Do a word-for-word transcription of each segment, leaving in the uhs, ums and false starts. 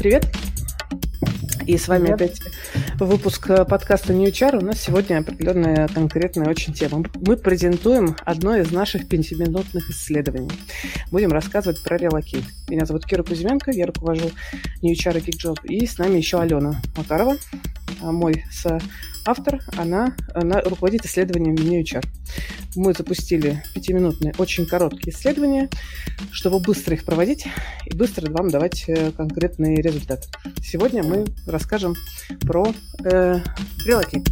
привет! И с вами Привет. опять выпуск подкаста New эйч ар. У нас сегодня определенная конкретная очень тема. Мы презентуем одно из наших пятиминутных исследований. Будем рассказывать про Relocate. Меня зовут Кира Кузьменко, я руковожу New эйч ар и GeekJob. И с нами еще Алена Макарова, мой соавтор. Она, она руководит исследованием New эйч ар. Мы запустили пятиминутные, очень короткие исследования, чтобы быстро их проводить и быстро вам давать конкретные результаты. Сегодня мы расскажем про э, Relocate.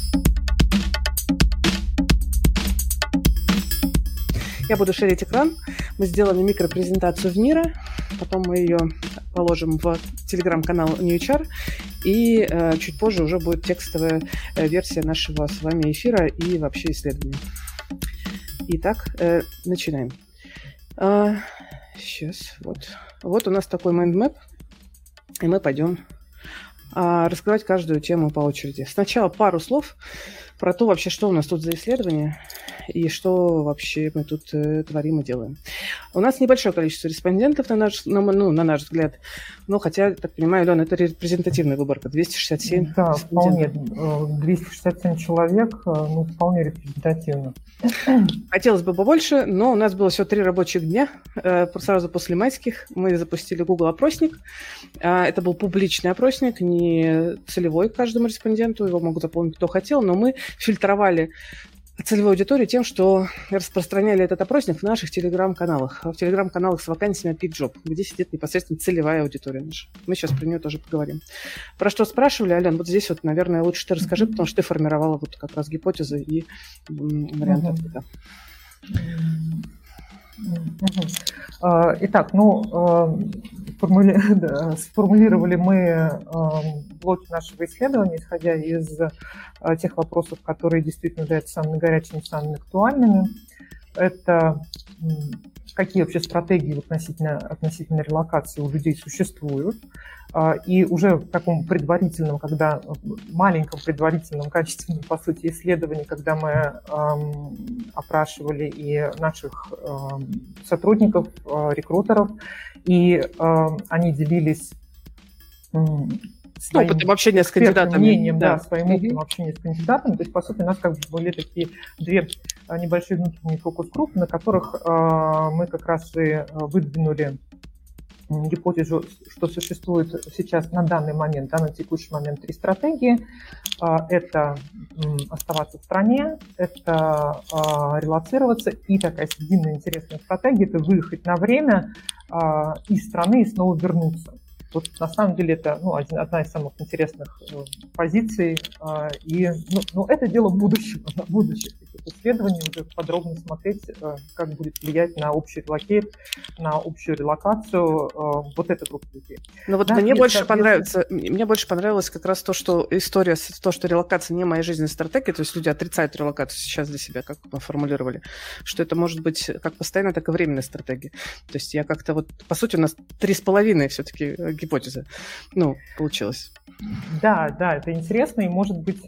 Я буду шерить экран. Мы сделали микропрезентацию в Мира, потом мы ее положим в телеграм-канал New эйч ар, и э, чуть позже уже будет текстовая э, версия нашего с вами эфира и вообще исследования. Итак, э, начинаем. А, сейчас, вот. Вот у нас такой майндмэп, и мы пойдем а, раскрывать каждую тему по очереди. Сначала пару слов про то вообще, что у нас тут за исследование и что вообще мы тут э, творим и делаем. У нас небольшое количество респондентов, на наш, на, ну, на наш взгляд, но хотя, так понимаю, Лена, это репрезентативная выборка, двести шестьдесят семь. Да, вполне. двести шестьдесят семь человек, ну, вполне репрезентативно. Хотелось бы побольше, но у нас было всего три рабочих дня. Сразу после майских мы запустили Google опросник. Это был публичный опросник, не целевой каждому респонденту, его могут заполнить кто хотел, но мы фильтровали целевую аудиторию тем, что распространяли этот опросник в наших телеграм-каналах, в телеграм-каналах с вакансиями от GeekJob, где сидит непосредственно целевая аудитория наша. Мы сейчас про нее тоже поговорим. Про что спрашивали, Ален, вот здесь вот, наверное, лучше ты расскажи, потому что ты формировала вот как раз гипотезы и варианты ответа. Итак, ну, сформулировали мы блоки нашего исследования, исходя из тех вопросов, которые действительно являются самыми горячими, самыми актуальными. Это какие вообще стратегии относительно, относительно релокации у людей существуют. И уже в таком предварительном, когда маленьком предварительном качественном, по сути, исследовании, когда мы эм, опрашивали и наших эм, сотрудников, э, рекрутеров, и э, они делились эм, своим опытом общения с кандидатами. мнением, да, да, своим опытом общения с кандидатами. То есть, по сути, у нас как бы были такие две небольшие внутренние фокус-группы, на которых э, мы как раз и выдвинули гипотезу, что существует сейчас на данный момент, да, на текущий момент три стратегии. Это оставаться в стране, это релоцироваться, и такая срединная интересная стратегия – это выехать на время из страны и снова вернуться. Вот на самом деле это, ну, один, одна из самых интересных э, позиций, э, и ну, ну, это дело будущего, на будущих исследований, уже подробно смотреть, э, как будет влиять на общий релокейт, на общую релокацию э, вот эта группа людей. Ну вот да, мне больше соответственно... понравится, мне больше понравилось как раз то, что история, то, что релокация не моя жизненная стратегия, то есть люди отрицают релокацию сейчас для себя, как мы формулировали, что это может быть как постоянная, так и временная стратегия. То есть я как-то вот, по сути, у нас три с половиной все-таки гипотеза, ну, получилось. Да, да, это интересно, и, может быть,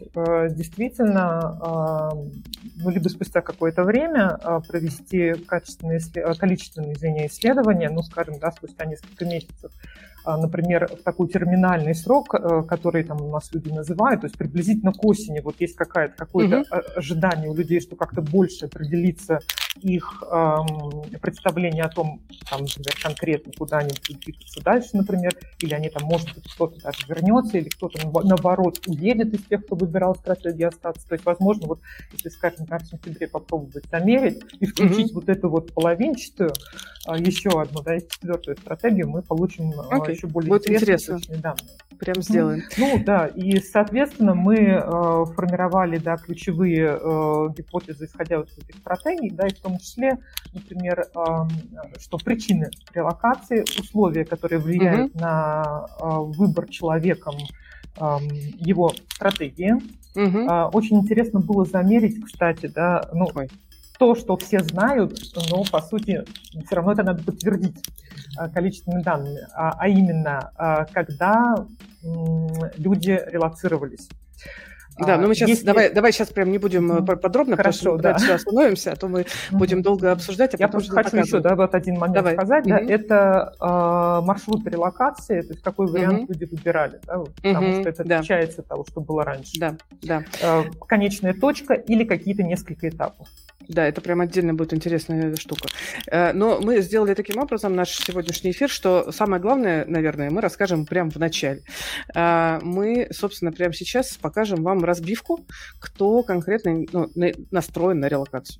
действительно, ну, либо спустя какое-то время провести качественные, количественные, извините, исследования, ну, скажем, да, спустя несколько месяцев, например, в такой терминальный срок, который там у нас люди называют, то есть приблизительно к осени, вот есть какая-то, какое-то угу. ожидание у людей, что как-то больше определится их эм, представление о том, там, например, конкретно, куда они будут двигаться дальше, например, или они там, может быть, кто-то даже вернется, или кто-то, наоборот, уедет из тех, кто выбирал стратегию остаться. То есть, возможно, вот, если, скажем, в сентябре попробовать замерить и включить mm-hmm. вот эту вот половинчатую, еще одну, да, четвертую стратегию, мы получим okay. еще более будет интересные интересно. Данные. Прям сделаем. Ну да, и, соответственно, мы э, формировали, да, ключевые э, гипотезы, исходя вот из этих стратегий, да, и в том числе, например, э, что причины релокации, условия, которые влияют uh-huh. на э, выбор человеком э, его стратегии. Uh-huh. Э, очень интересно было замерить, кстати, да, ну, Ой. то, что все знают, но, по сути, все равно это надо подтвердить количественными данными, а, а именно, когда люди релоцировались. Да, но мы сейчас, Если... давай, давай сейчас прям не будем mm-hmm. подробно, Хорошо, потому что мы да. остановимся, а то мы mm-hmm. будем долго обсуждать. А Я просто хочу еще да, вот один момент давай. сказать. Mm-hmm. Да, это э, маршрут релокации, то есть какой вариант mm-hmm. люди выбирали, да, потому mm-hmm. что это да. отличается от того, что было раньше. Да, да. Э, конечная точка или какие-то несколько этапов. Да, это прям отдельно будет интересная штука. Но мы сделали таким образом наш сегодняшний эфир, что самое главное, наверное, мы расскажем прямо в начале. Мы, собственно, прямо сейчас покажем вам разбивку, кто конкретно ну, настроен на релокацию.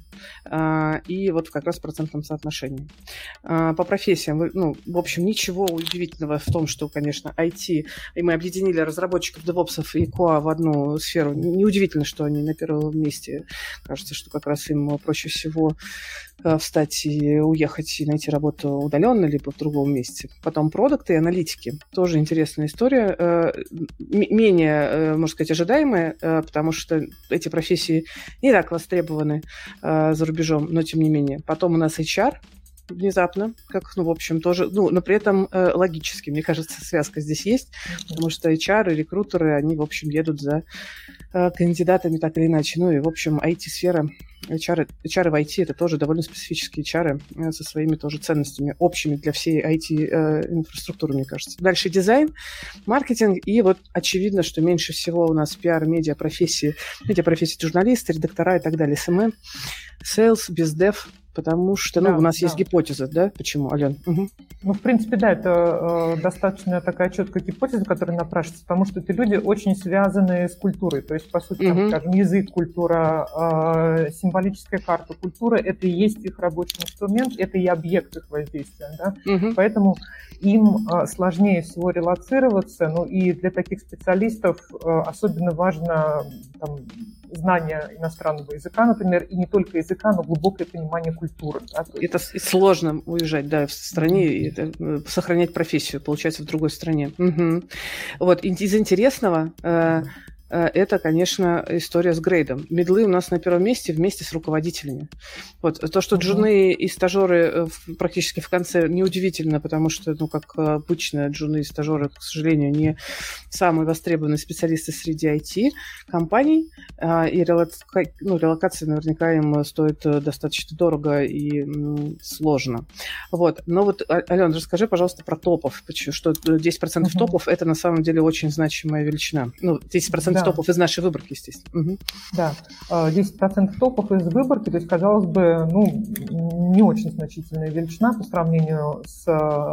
И вот как раз в процентном соотношении. По профессиям, ну, в общем, ничего удивительного в том, что, конечно, ай ти, и мы объединили разработчиков, девопсов и кью эй в одну сферу. Неудивительно, что они на первом месте. Кажется, что как раз им проще всего встать и уехать и найти работу удаленно, либо в другом месте. Потом продукты и аналитики. Тоже интересная история. Менее, можно сказать, ожидаемая, потому что эти профессии не так востребованы за рубежом, но тем не менее. Потом у нас эйч ар, внезапно, как, ну, в общем, тоже, ну, но при этом э, логически, мне кажется, связка здесь есть, потому что эйч ар и рекрутеры, они, в общем, едут за э, кандидатами так или иначе. Ну, и, в общем, ай ти-сфера, эйч ар, эйч ар в ай ти это тоже довольно специфические эйч ар э, со своими тоже ценностями, общими для всей ай ти-инфраструктуры, э, мне кажется. Дальше дизайн, маркетинг, и вот очевидно, что меньше всего у нас пиар, медиа, профессии, медиа-профессии журналисты, редактора и так далее, эс эм эм, sales, бездев, потому что, ну, да, у нас да. есть гипотеза, да? Почему, Ален? Угу. Ну, в принципе, да, это э, достаточно такая четкая гипотеза, которая напрашивается, потому что эти люди очень связаны с культурой. То есть, по сути, угу. там, скажем, язык, культура, э, символическая карта, культура – это и есть их рабочий инструмент, это и объект их воздействия, да? Угу. Поэтому им э, сложнее всего релоцироваться, ну, и для таких специалистов э, особенно важно там, знание иностранного языка, например, и не только языка, но глубокое понимание культуры. Да? Это сложно уезжать, да, в стране, и это, сохранять профессию, получается, в другой стране. Угу. Вот, из интересного... Э, это, конечно, история с грейдом. Мидлы у нас на первом месте вместе с руководителями. Вот. То, что джуны и стажеры практически в конце, неудивительно, потому что, ну, как обычно, джуны и стажеры, к сожалению, не самые востребованные специалисты среди ай ти-компаний, и релока... ну, релокация наверняка им стоит достаточно дорого и сложно. Вот. Но вот, Ален, расскажи, пожалуйста, про топов, что десять процентов uh-huh. топов – это на самом деле очень значимая величина. Ну, десять процентов да. топов из нашей выборки, естественно. Угу. Да, десять процентов топов из выборки, то есть, казалось бы, ну, не очень значительная величина по сравнению с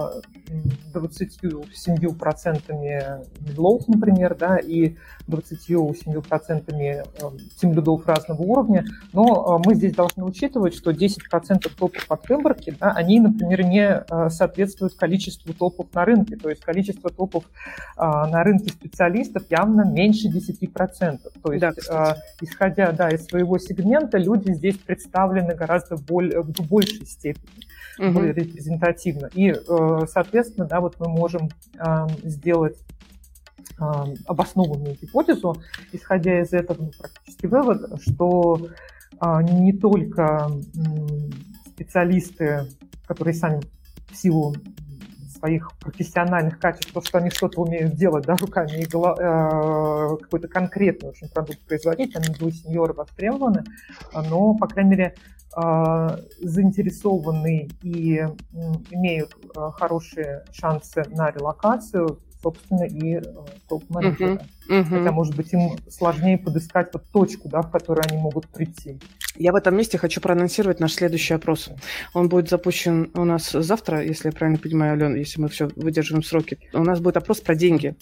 двадцатью семью процентами медлов, например, да, и двадцатью семью процентами тимлидов разного уровня, но мы здесь должны учитывать, что десять процентов топов от выборки, да, они, например, не соответствуют количеству топов на рынке, то есть количество топов на рынке специалистов явно меньше десять процентов. То есть, да, э, исходя да, из своего сегмента, люди здесь представлены гораздо более, в большей степени, угу. более репрезентативно. И, э, соответственно, да, вот мы можем э, сделать э, обоснованную гипотезу, исходя из этого, ну, практически вывод, что э, не только э, специалисты, которые сами в силу своих профессиональных качеств, то, что они что-то умеют делать, да, руками и голо... э, какой-то конкретный очень продукт производить, они были сеньоры востребованы, но, по крайней мере, э, заинтересованы и э, имеют э, хорошие шансы на релокацию, собственно, и э, топ-менеджеры. Uh-huh. Uh-huh. Хотя, может быть, им сложнее подыскать вот точку, да, в которую они могут прийти. Я в этом месте хочу проанонсировать наш следующий опрос. Он будет запущен у нас завтра, если я правильно понимаю, Ален, если мы все выдерживаем сроки. У нас будет опрос про деньги.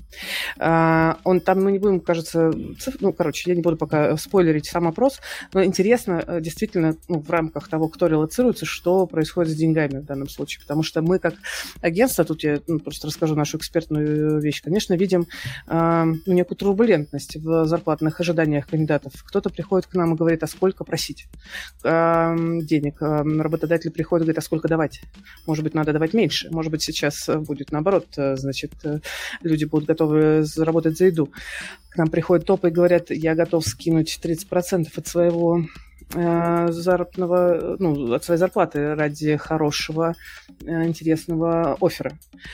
Он там, мы не будем, кажется, циф... ну, короче, я не буду пока спойлерить сам опрос, но интересно действительно, ну, в рамках того, кто релоцируется, что происходит с деньгами в данном случае. Потому что мы, как агентство, тут я ну, просто расскажу нашу экспертную вещь, конечно, видим э, некую турбулентность в зарплатных ожиданиях кандидатов. Кто-то приходит к нам и говорит, а сколько просить э, денег. Работодатель приходит и говорит, а сколько давать? Может быть, надо давать меньше. Может быть, сейчас будет наоборот. Значит, люди будут готовы заработать за еду. К нам приходят топы и говорят, я готов скинуть тридцать процентов от своего заработного, ну, от своей зарплаты ради хорошего, интересного оффера.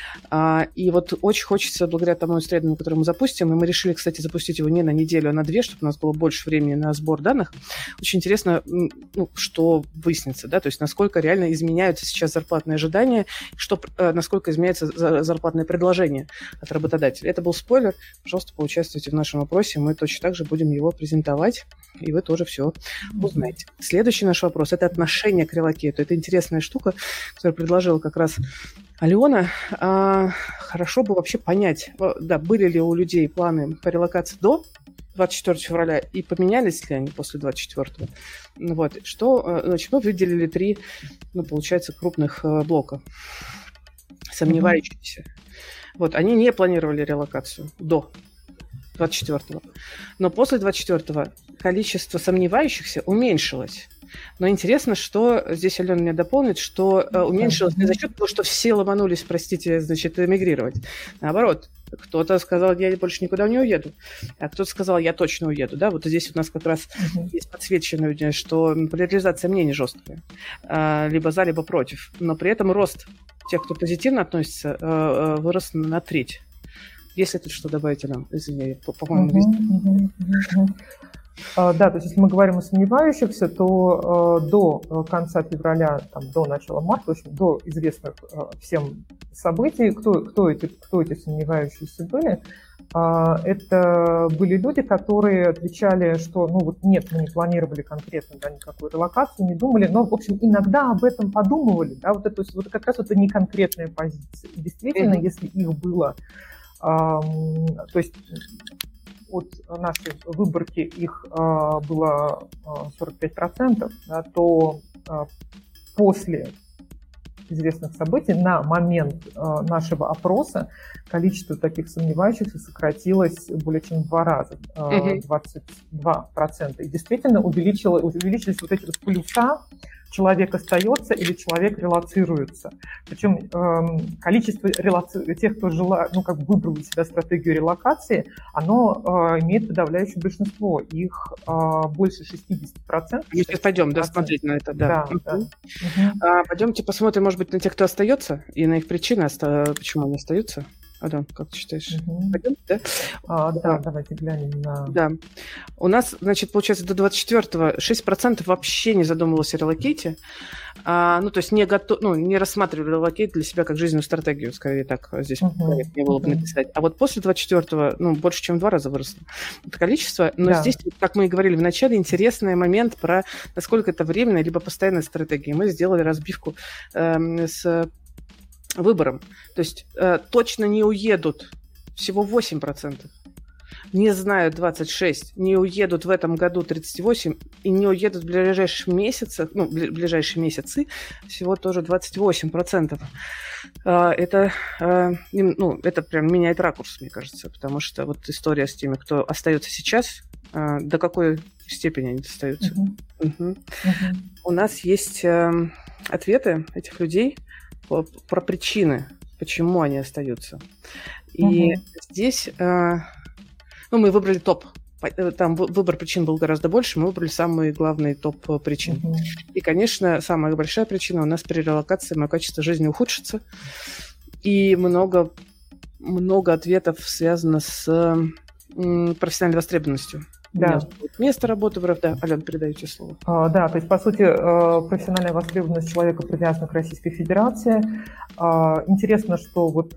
И вот очень хочется, благодаря тому исследованию, которое мы запустим, и мы решили, кстати, запустить его не на неделю, а на две, чтобы у нас было больше времени на сбор данных, очень интересно, ну, что выяснится, да, то есть насколько реально изменяются сейчас зарплатные ожидания, что, насколько изменяется зарплатное предложение от работодателя. Это был спойлер. Пожалуйста, поучаствуйте в нашем опросе, мы точно так же будем его презентовать, и вы тоже все узнаете. Следующий наш вопрос – это отношение к релокейту. Это интересная штука, которую предложила как раз Алена. А, хорошо бы вообще понять, да, были ли у людей планы по релокации до двадцать четвёртого февраля и поменялись ли они после двадцать четвёртого. Вот. Что, значит, мы выделили три, ну, получается, крупных блока. Сомневающиеся. Mm-hmm. Вот, они не планировали релокацию до двадцать четвёртого. Но после двадцать четвёртого количество сомневающихся уменьшилось. Но интересно, что здесь Алена меня дополнит, что э, уменьшилось не за счет того, что все ломанулись, простите, значит, эмигрировать. Наоборот, кто-то сказал, я больше никуда не уеду, а кто-то сказал, я точно уеду. Да? Вот здесь у нас как раз uh-huh. есть подсвечено, что поляризация мнений жесткая. Э, либо за, либо против. Но при этом рост тех, кто позитивно относится, э, вырос на треть. Если тут что добавить, нам, извини, по-моему, uh-huh, uh-huh, uh-huh. Uh, да, то есть если мы говорим о сомневающихся, то uh, до конца февраля, там, до начала марта, в общем, до известных uh, всем событий, кто, кто, эти, кто эти сомневающиеся были, uh, это были люди, которые отвечали, что, ну вот нет, мы не планировали конкретно, да, никакую релокацию, не думали, но, в общем, иногда об этом подумывали, да, вот это, то есть, вот как раз это не конкретная позиция. И действительно, mm-hmm. если их было, uh, то есть от нашей выборки их а, было а, сорок пять процентов, да, то а, после известных событий на момент а, нашего опроса количество таких сомневающихся сократилось более чем в два раза, а, двадцать два процента. И действительно увеличилось, увеличились вот эти вот плюса, человек остается или человек релоцируется. Причем э, количество релоци... тех, кто жила, ну, как бы выбрал для себя стратегию релокации, оно э, имеет подавляющее большинство. Их э, больше шестьдесят процентов. Мы сейчас пойдем, да, смотреть на это. Да. Да, угу. да. Угу. А, пойдемте посмотрим, может быть, на тех, кто остается, и на их причины, почему они остаются. Адам, как ты считаешь? Угу. Пойдем, да? А, да, да, давайте глянем на... Да. У нас, значит, получается, до двадцать четвёртого шесть процентов вообще не задумывалось о релокейте. А, ну, то есть не, готов, ну, не рассматривали релокейт для себя как жизненную стратегию, скорее так здесь uh-huh. не было бы написать. А вот после двадцать четвёртого, ну, больше, чем в два раза выросло это количество. Но да. здесь, как мы и говорили в начале, интересный момент про насколько это временная либо постоянная стратегия. Мы сделали разбивку э, с... выбором. То есть э, точно не уедут всего восемь процентов. Не знают двадцать шесть процентов. Не уедут в этом году тридцать восемь процентов. И не уедут в ближайших месяцах, ну, в ближайшие месяцы всего тоже двадцать восемь процентов. Э, это, э, ну, это прям меняет ракурс, мне кажется. Потому что вот история с теми, кто остается сейчас, э, до какой степени они остаются. Uh-huh. Uh-huh. Uh-huh. У нас есть э, ответы этих людей про причины, почему они остаются. И uh-huh. здесь, э, ну, мы выбрали топ. Там выбор причин был гораздо больше, мы выбрали самый главный топ причин. Uh-huh. И, конечно, самая большая причина у нас при релокации, мое качество жизни ухудшится. И много, много ответов связано с м, профессиональной востребованностью. Да. Место работы в РФ, да. Алена, передаете слово. А, да, то есть, по сути, профессиональная востребованность человека привязана к Российской Федерации. А, интересно, что вот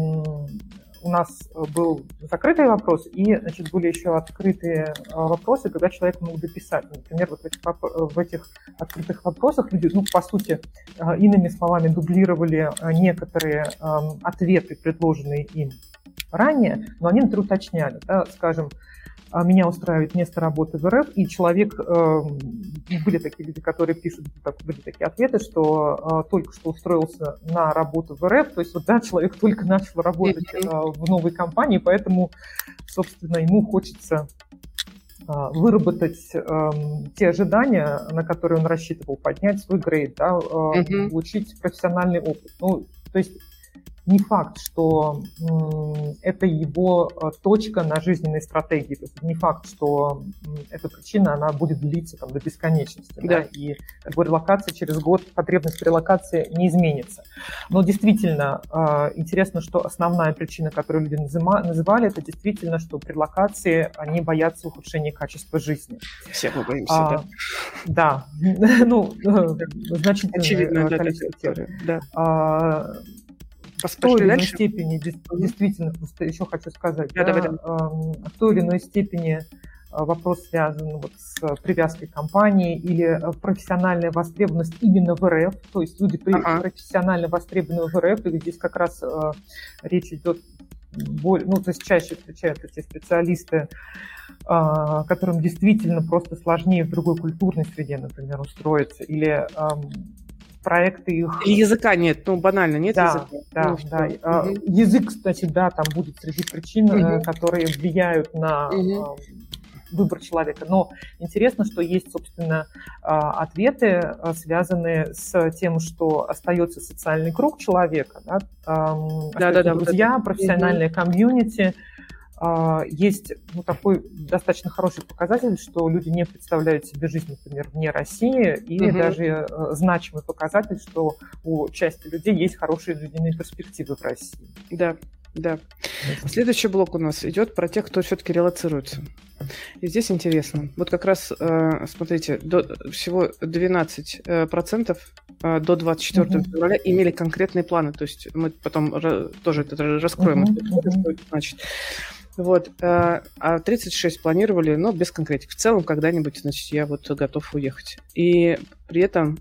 у нас был закрытый вопрос, и, значит, были еще открытые вопросы, когда человек мог дописать. Например, вот в этих, в этих открытых вопросах люди, ну, по сути, иными словами, дублировали некоторые ответы, предложенные им ранее, но они, например, уточняли, да, скажем, меня устраивает место работы в РФ, и человек, э, были такие люди, которые пишут, так, были такие ответы, что э, только что устроился на работу в РФ, то есть вот, да, человек только начал работать э, в новой компании, поэтому, собственно, ему хочется э, выработать э, те ожидания, на которые он рассчитывал, поднять свой грейд, да, э, получить профессиональный опыт. Ну, то есть не факт, что м, это его э, точка на жизненной стратегии. То есть не факт, что м, эта причина, она будет длиться там, до бесконечности. Да. Да? И его релокация через год, потребность в релокации не изменится. Но действительно э, интересно, что основная причина, которую люди назыма, называли, это действительно, что при релокации они боятся ухудшения качества жизни. Все мы боимся, А, да. Да, ну, значительное количество тем. Да. А, в той или иной степени, действительно, просто еще хочу сказать, да, да, давай, давай. в той или иной степени вопрос связан вот с привязкой к компании или профессиональная востребованность именно в эр эф, то есть люди ага. профессионально востребованы в эр эф, и здесь как раз э, речь идет, более, ну, то есть чаще встречаются те специалисты, э, которым действительно просто сложнее в другой культурной среде, например, устроиться, или э, проекты их... Или языка нет, ну, банально, нет да, языка. Да, ну, да. Угу. Язык, кстати, да, там будет среди причин, угу. которые влияют на угу. выбор человека. Но интересно, что есть, собственно, ответы, связанные с тем, что остается социальный круг человека, да, да, да, да, друзья, да, профессиональное угу. комьюнити. Есть ну, такой достаточно хороший показатель, что люди не представляют себе жизнь, например, вне России, или угу. даже значимый показатель, что у части людей есть хорошие жизненные перспективы в России. Да, да. Следующий блок у нас идет про тех, кто все-таки релоцируется. И здесь интересно. Вот как раз, смотрите, до, всего двенадцать процентов до двадцать четвёртого uh-huh. февраля имели конкретные планы. То есть мы потом тоже это раскроем, uh-huh. что это значит. Вот, а тридцать шесть планировали, но без конкретики. В целом, когда-нибудь, значит, я вот готов уехать. И при этом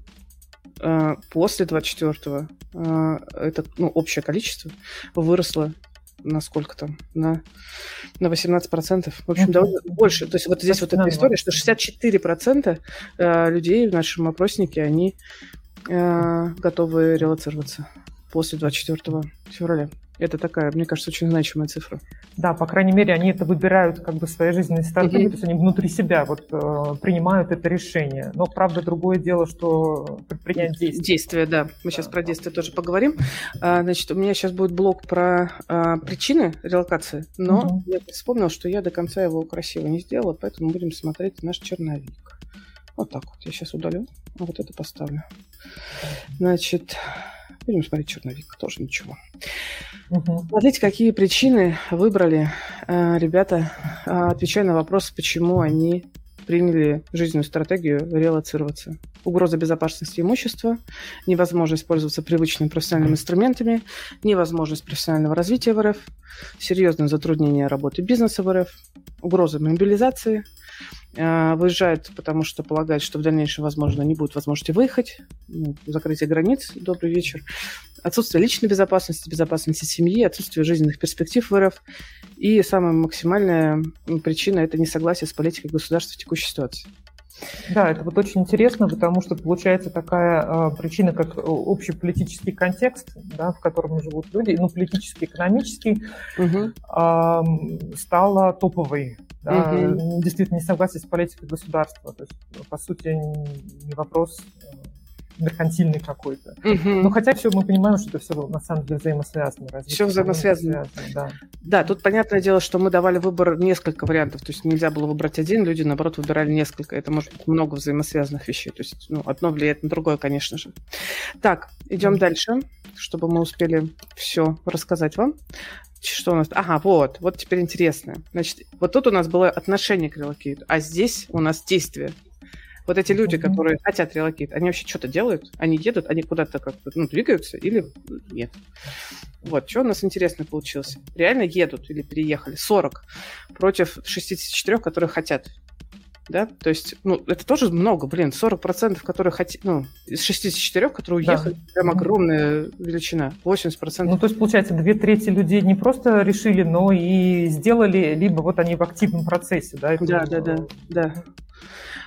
после двадцать четвёртого это, ну, общее количество выросло на сколько там? На, на восемнадцать процентов. В общем, uh-huh. довольно больше. То есть вот здесь вот эта история, что шестьдесят четыре процента людей в нашем опроснике, они готовы релоцироваться после двадцать четвёртого февраля. Это такая, мне кажется, очень значимая цифра. Да, по крайней мере, они это выбирают как бы своей жизненной стратегией, mm-hmm. то есть они внутри себя вот э, принимают это решение. Но, правда, другое дело, что предпринять действия. Действия, да. Мы да. сейчас про действия тоже поговорим. А, значит, у меня сейчас будет блок про а, причины релокации, но mm-hmm. я вспомнила, что я до конца его красиво не сделала, поэтому будем смотреть наш черновик. Вот так вот. Я сейчас удалю, а вот это поставлю. Значит... Будем смотреть черновик, тоже ничего. Угу. Смотрите, какие причины выбрали э, ребята, э, отвечая на вопрос, почему они приняли жизненную стратегию релоцироваться. Угроза безопасности имущества, невозможность пользоваться привычными профессиональными инструментами, невозможность профессионального развития в эр эф, серьезное затруднение работы бизнеса в эр эф, угроза мобилизации, выезжают, потому что полагают, что в дальнейшем, возможно, не будет возможности выехать, ну, закрытие границ, добрый вечер, отсутствие личной безопасности, безопасности семьи, отсутствие жизненных перспектив в эр эф. И самая максимальная причина – это несогласие с политикой государства в текущей ситуации. Да, это вот очень интересно, потому что получается такая э, причина, как общий политический контекст, да, в котором живут люди, ну, политический, экономический, угу. э, стала топовой. Да, угу. Действительно, несогласие с политикой государства. То есть, по сути, не вопрос меркантильный какой-то. Угу. Но хотя все мы понимаем, что это все на самом деле взаимосвязано. Все взаимосвязано. Да. да, тут понятное дело, что мы давали выбор несколько вариантов. То есть нельзя было выбрать один, люди, наоборот, выбирали несколько. Это может быть много взаимосвязанных вещей. То есть ну, одно влияет на другое, конечно же. Так, идем mm-hmm. дальше, чтобы мы успели все рассказать вам. Что у нас? Ага, вот, вот теперь интересно. Значит, вот тут у нас было отношение к релокейту, а здесь у нас действие. Вот эти люди, mm-hmm. которые хотят релокейт, они вообще что-то делают? Они едут, они куда-то как-то ну, двигаются или нет? Вот, что у нас интересно получилось. Реально едут или переехали сорок против шестьдесят четыре, которые хотят. Да, то есть, ну, это тоже много, блин, сорок процентов, которые хотят, ну, из шестидесяти четырёх, которые уехали, да. прям огромная величина, восемьдесят процентов. Ну, то есть, получается, две трети людей не просто решили, но и сделали, либо вот они в активном процессе, да? Да, да, да, да.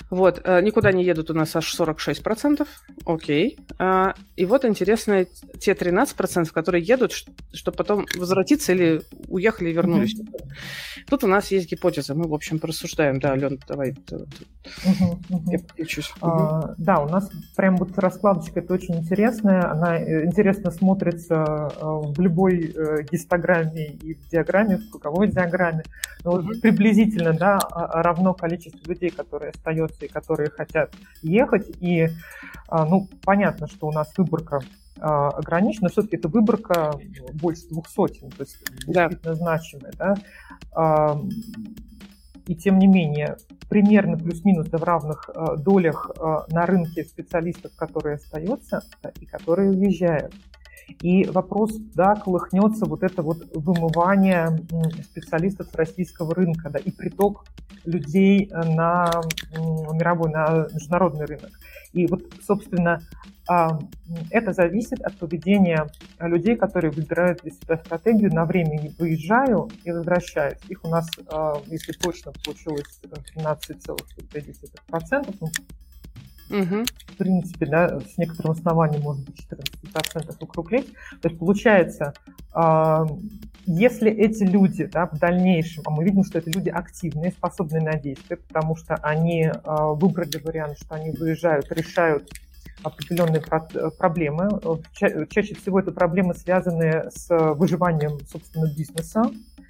Вот, никуда не едут у нас аж сорок шесть процентов, окей. И вот интересно, те тринадцать процентов, которые едут, чтобы потом возвратиться или уехали и вернулись. Mm-hmm. Тут у нас есть гипотеза, мы, в общем, порассуждаем. Да, Алена, давай. Mm-hmm. Я подключусь. А, mm-hmm. Да, у нас прям вот раскладочка это очень интересная, она интересно смотрится в любой гистограмме и в диаграмме, в круговой диаграмме. Но mm-hmm. вот приблизительно, да, равно количество людей, которые остаются и которые хотят ехать. И, ну, понятно, что у нас выборка ограничена, но все-таки эта выборка больше двух сотен, то есть действительно да. значимая. Да? И тем не менее, примерно плюс-минус да, в равных долях на рынке специалистов, которые остаются да, и которые уезжают. И вопрос, да, колыхнется вот это вот вымывание специалистов с российского рынка, да, и приток людей на мировой, на международный рынок. И вот, собственно, это зависит от поведения людей, которые выбирают для себя стратегию на время выезжаю и возвращаюсь. Их у нас, если точно, получилось тринадцать целых пять десятых процента. Угу. В принципе, да, с некоторым основанием может быть четырнадцать процентов округлить. То есть получается, если эти люди да, в дальнейшем, а мы видим, что это люди активные, способные на действие, потому что они выбрали вариант, что они выезжают, решают определенные проблемы. Ча- чаще всего это проблемы, связанные с выживанием, собственно, бизнеса,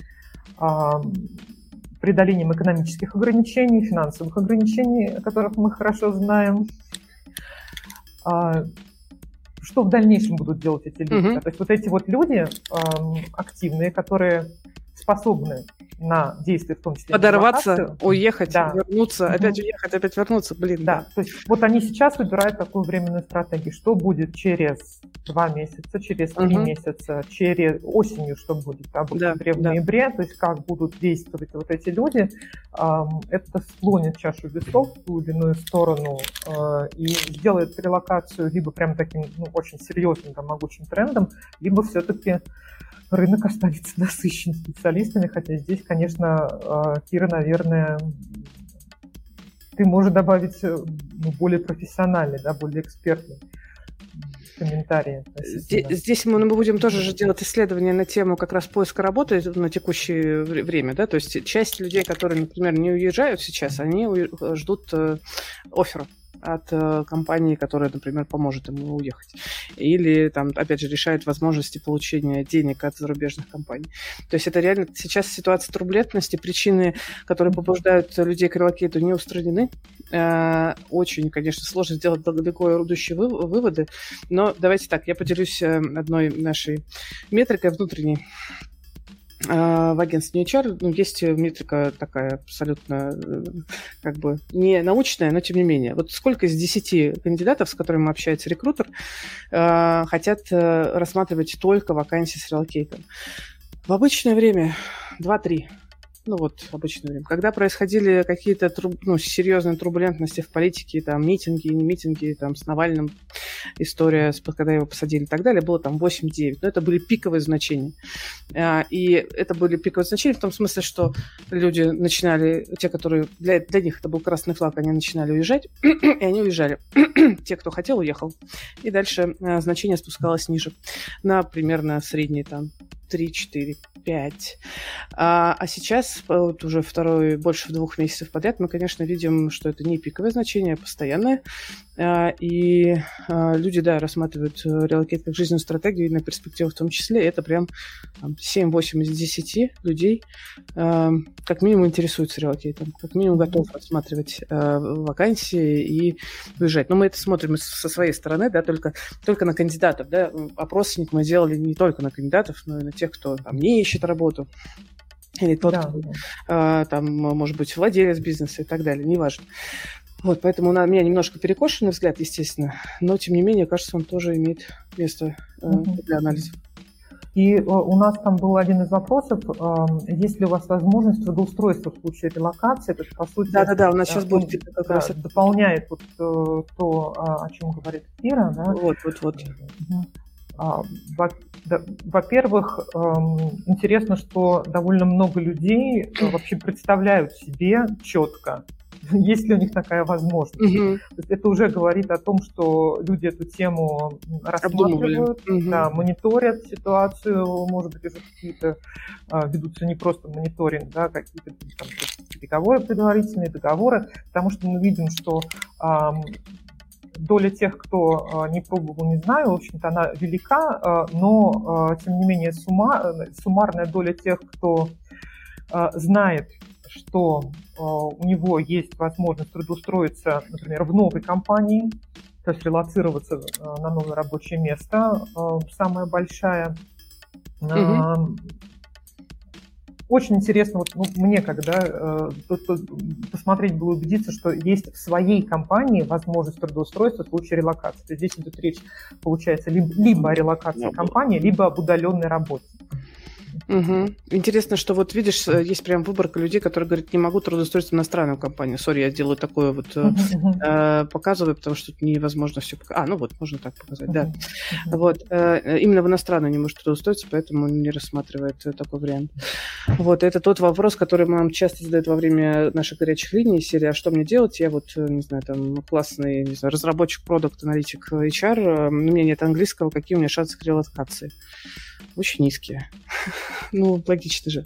преодолением экономических ограничений, финансовых ограничений, о которых мы хорошо знаем. Что в дальнейшем будут делать эти люди? Mm-hmm. То есть вот эти вот люди активные, которые способны на действия, в том числе подорваться, уехать, да. вернуться, mm-hmm. опять уехать, опять вернуться, блин. Да, да. То есть вот они сейчас выбирают такую временную стратегию. Что будет через два месяца, через три mm-hmm. месяца, через осенью, что будет, да, в октябре, да, в ноябре, да. то есть как будут действовать вот эти люди, это склонит чашу весов в ту или иную сторону и сделает релокацию либо прям таким ну, очень серьезным, там, могучим трендом, либо все-таки рынок останется насыщен специалистами, хотя здесь, конечно, Кира, наверное, ты можешь добавить ну, более профессиональный, да, более экспертный комментарии. Здесь, здесь мы, мы будем тоже же делать исследования на тему как раз поиска работы на текущее время, да, то есть часть людей, которые, например, не уезжают сейчас, они ждут оффера от э, компании, которая, например, поможет ему уехать. Или, там, опять же, решает возможности получения денег от зарубежных компаний. То есть это реально сейчас ситуация турбулентности, причины, которые побуждают людей к релокейту, не устранены. Э, очень, конечно, сложно сделать далеко идущие вы, выводы, но давайте так, я поделюсь одной нашей метрикой внутренней. В агентстве эйч ар ну, есть метрика такая абсолютно как бы не научная, но тем не менее. Вот сколько из десяти кандидатов, с которыми общается рекрутер, хотят рассматривать только вакансии с релокейтом? В обычное время два-три. Ну вот, обычное время. Когда происходили какие-то труб, ну, серьезные турбулентности в политике, там, митинги, не митинги, там, с Навальным история, когда его посадили и так далее, было там восемь-девять. Но это были пиковые значения. И это были пиковые значения в том смысле, что люди начинали, те, которые, для, для них это был красный флаг, они начинали уезжать, и они уезжали. Те, кто хотел, уехал. И дальше значение спускалось ниже. На примерно средние там три, четыре, пять. А, а сейчас, вот уже второй, больше двух месяцев подряд, мы, конечно, видим, что это не пиковое значение, а постоянное. А, и а, люди, да, рассматривают релокейт как жизненную стратегию, и на перспективу в том числе. Это прям там, семь-восемь из десяти людей а, как минимум интересуются релокейтом, как минимум готовы рассматривать а, вакансии и уезжать. Но мы это смотрим со своей стороны, да, только, только на кандидатов. Да. Опросник мы делали не только на кандидатов, но и на тех, кто там не ищет работу, или тот, да, кто, да. А, там, может быть, владелец бизнеса и так далее, неважно. Вот, поэтому у меня немножко перекошенный взгляд, естественно, но, тем не менее, кажется, он тоже имеет место э, mm-hmm. для анализа. И у нас там был один из вопросов, есть ли у вас возможность трудоустройства в случае релокации, то есть, по сути, да-да-да, у нас сейчас будет как раз да, дополняет вот то, о чем говорит Кира. Да? Вот, вот, вот. Во-первых, интересно, что довольно много людей вообще представляют себе четко, есть ли у них такая возможность. Угу. То есть это уже говорит о том, что люди эту тему рассматривают, угу. да, мониторят ситуацию, может быть, уже какие-то а, ведутся не просто мониторинг, да, какие-то там, переговоры предварительные, договоры, потому что мы видим, что а, доля тех, кто не пробовал, не знаю, в общем-то, она велика, но, тем не менее, сумма, суммарная доля тех, кто знает, что у него есть возможность трудоустроиться, например, в новой компании, то есть релоцироваться на новое рабочее место, самая большая. Угу. Очень интересно, вот, ну, мне когда э, посмотреть было, убедиться, что есть в своей компании возможность трудоустройства в случае релокации. То есть здесь идет речь, получается, либо, либо о релокации компании, либо об удаленной работе. Угу. Интересно, что вот видишь, есть прям выборка людей, которые говорят, не могу трудоустроиться в иностранную компанию. Сори, я делаю такое вот, uh-huh. э, показываю, потому что невозможно все показать. А, ну вот, можно так показать, uh-huh. да. Uh-huh. Вот, э, именно в иностранную не может трудоустроиться, поэтому не рассматривает такой вариант. Вот, это тот вопрос, который нам часто задают во время наших горячих линий, серии «А что мне делать?» Я вот, не знаю, там, классный, не знаю, разработчик, продакт, аналитик, эйч ар, у меня нет английского, какие у меня шансы к релокации? Очень низкие. Ну, логично же.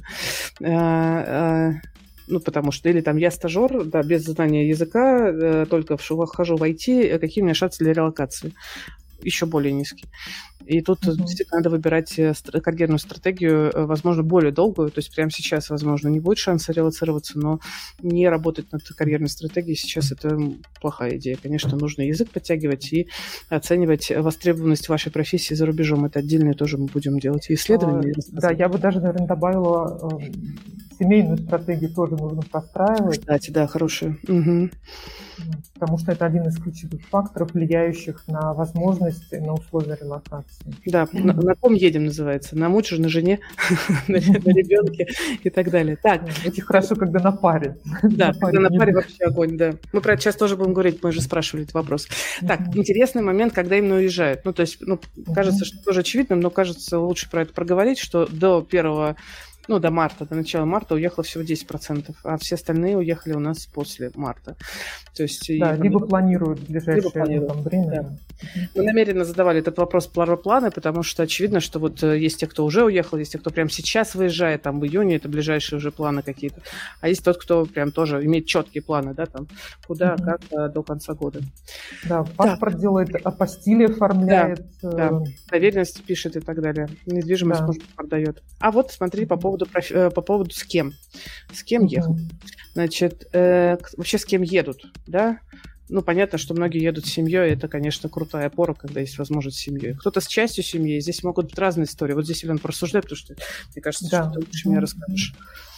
Ну, потому что, или там я стажер, да, без знания языка, только вхожу в ай ти, какие у меня шансы для релокации? Еще более низкие. И тут mm-hmm. действительно надо выбирать карьерную стратегию, возможно, более долгую. То есть прямо сейчас, возможно, не будет шанса релоцироваться, но не работать над карьерной стратегией сейчас это плохая идея. Конечно, нужно язык подтягивать и оценивать востребованность вашей профессии за рубежом. Это отдельное тоже мы будем делать. И исследования. Uh, да, я бы даже, наверное, добавила, э, семейную стратегию тоже нужно простраивать. Кстати, да, хорошая. Угу. Потому что это один из ключевых факторов, влияющих на возможность, на условия релокации. Да, на, на ком едем называется? На муже, на жене, на ребенке и так далее. Так. Очень хорошо, когда на паре. Да, когда на паре вообще огонь, да. Мы про это сейчас тоже будем говорить, мы же спрашивали этот вопрос. Так, интересный момент, когда именно уезжают. Ну, то есть, ну, кажется, что тоже очевидным, но кажется, лучше про это проговорить, что до первого ну, до марта, до начала марта уехало всего десять процентов, а все остальные уехали у нас после марта. То есть, да, и, либо планируют в ближайшее либо планируют, там, время. Да. Мы намеренно задавали этот вопрос про планы, потому что очевидно, что вот есть те, кто уже уехал, есть те, кто прямо сейчас выезжает, там в июне, это ближайшие уже планы какие-то, а есть тот, кто прям тоже имеет четкие планы, да, там, куда, mm-hmm. как а, до конца года. Да, паспорт да. делает, апостили оформляет. Да, да. Доверенность пишет и так далее. Недвижимость, да. может, продает. А вот смотри, по поводу по поводу с кем. С кем uh-huh. ехать. Значит, э, вообще с кем едут, да? Ну, понятно, что многие едут с семьей, это, конечно, крутая опора, когда есть возможность с семьей. Кто-то с частью семьи, здесь могут быть разные истории. Вот здесь, Елена, порассуждай, потому что, мне кажется, да. что ты лучше uh-huh. меня расскажешь.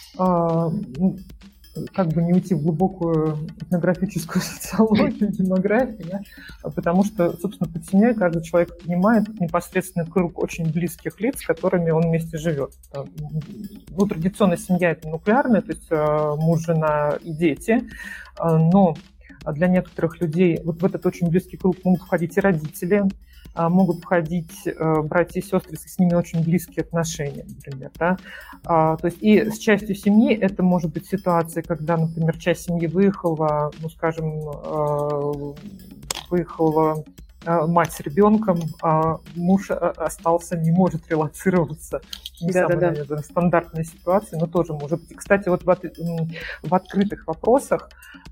А, как бы не уйти в глубокую этнографическую социологию, демографию, да? Потому что, собственно, под семьей каждый человек понимает непосредственный круг очень близких лиц, с которыми он вместе живет. Ну, традиционно семья – это нуклеарная, то есть муж, жена и дети, но для некоторых людей вот в этот очень близкий круг могут входить и родители, могут входить братья и сестры, с ними очень близкие отношения, например. Да? То есть и с частью семьи это может быть ситуация, когда, например, часть семьи выехала, ну, скажем, выехала мать с ребенком, а муж остался, не может релоцироваться. Не да, самая, да, наверное, да. стандартная ситуация, но тоже может быть. И, кстати, вот в, от, в открытых вопросах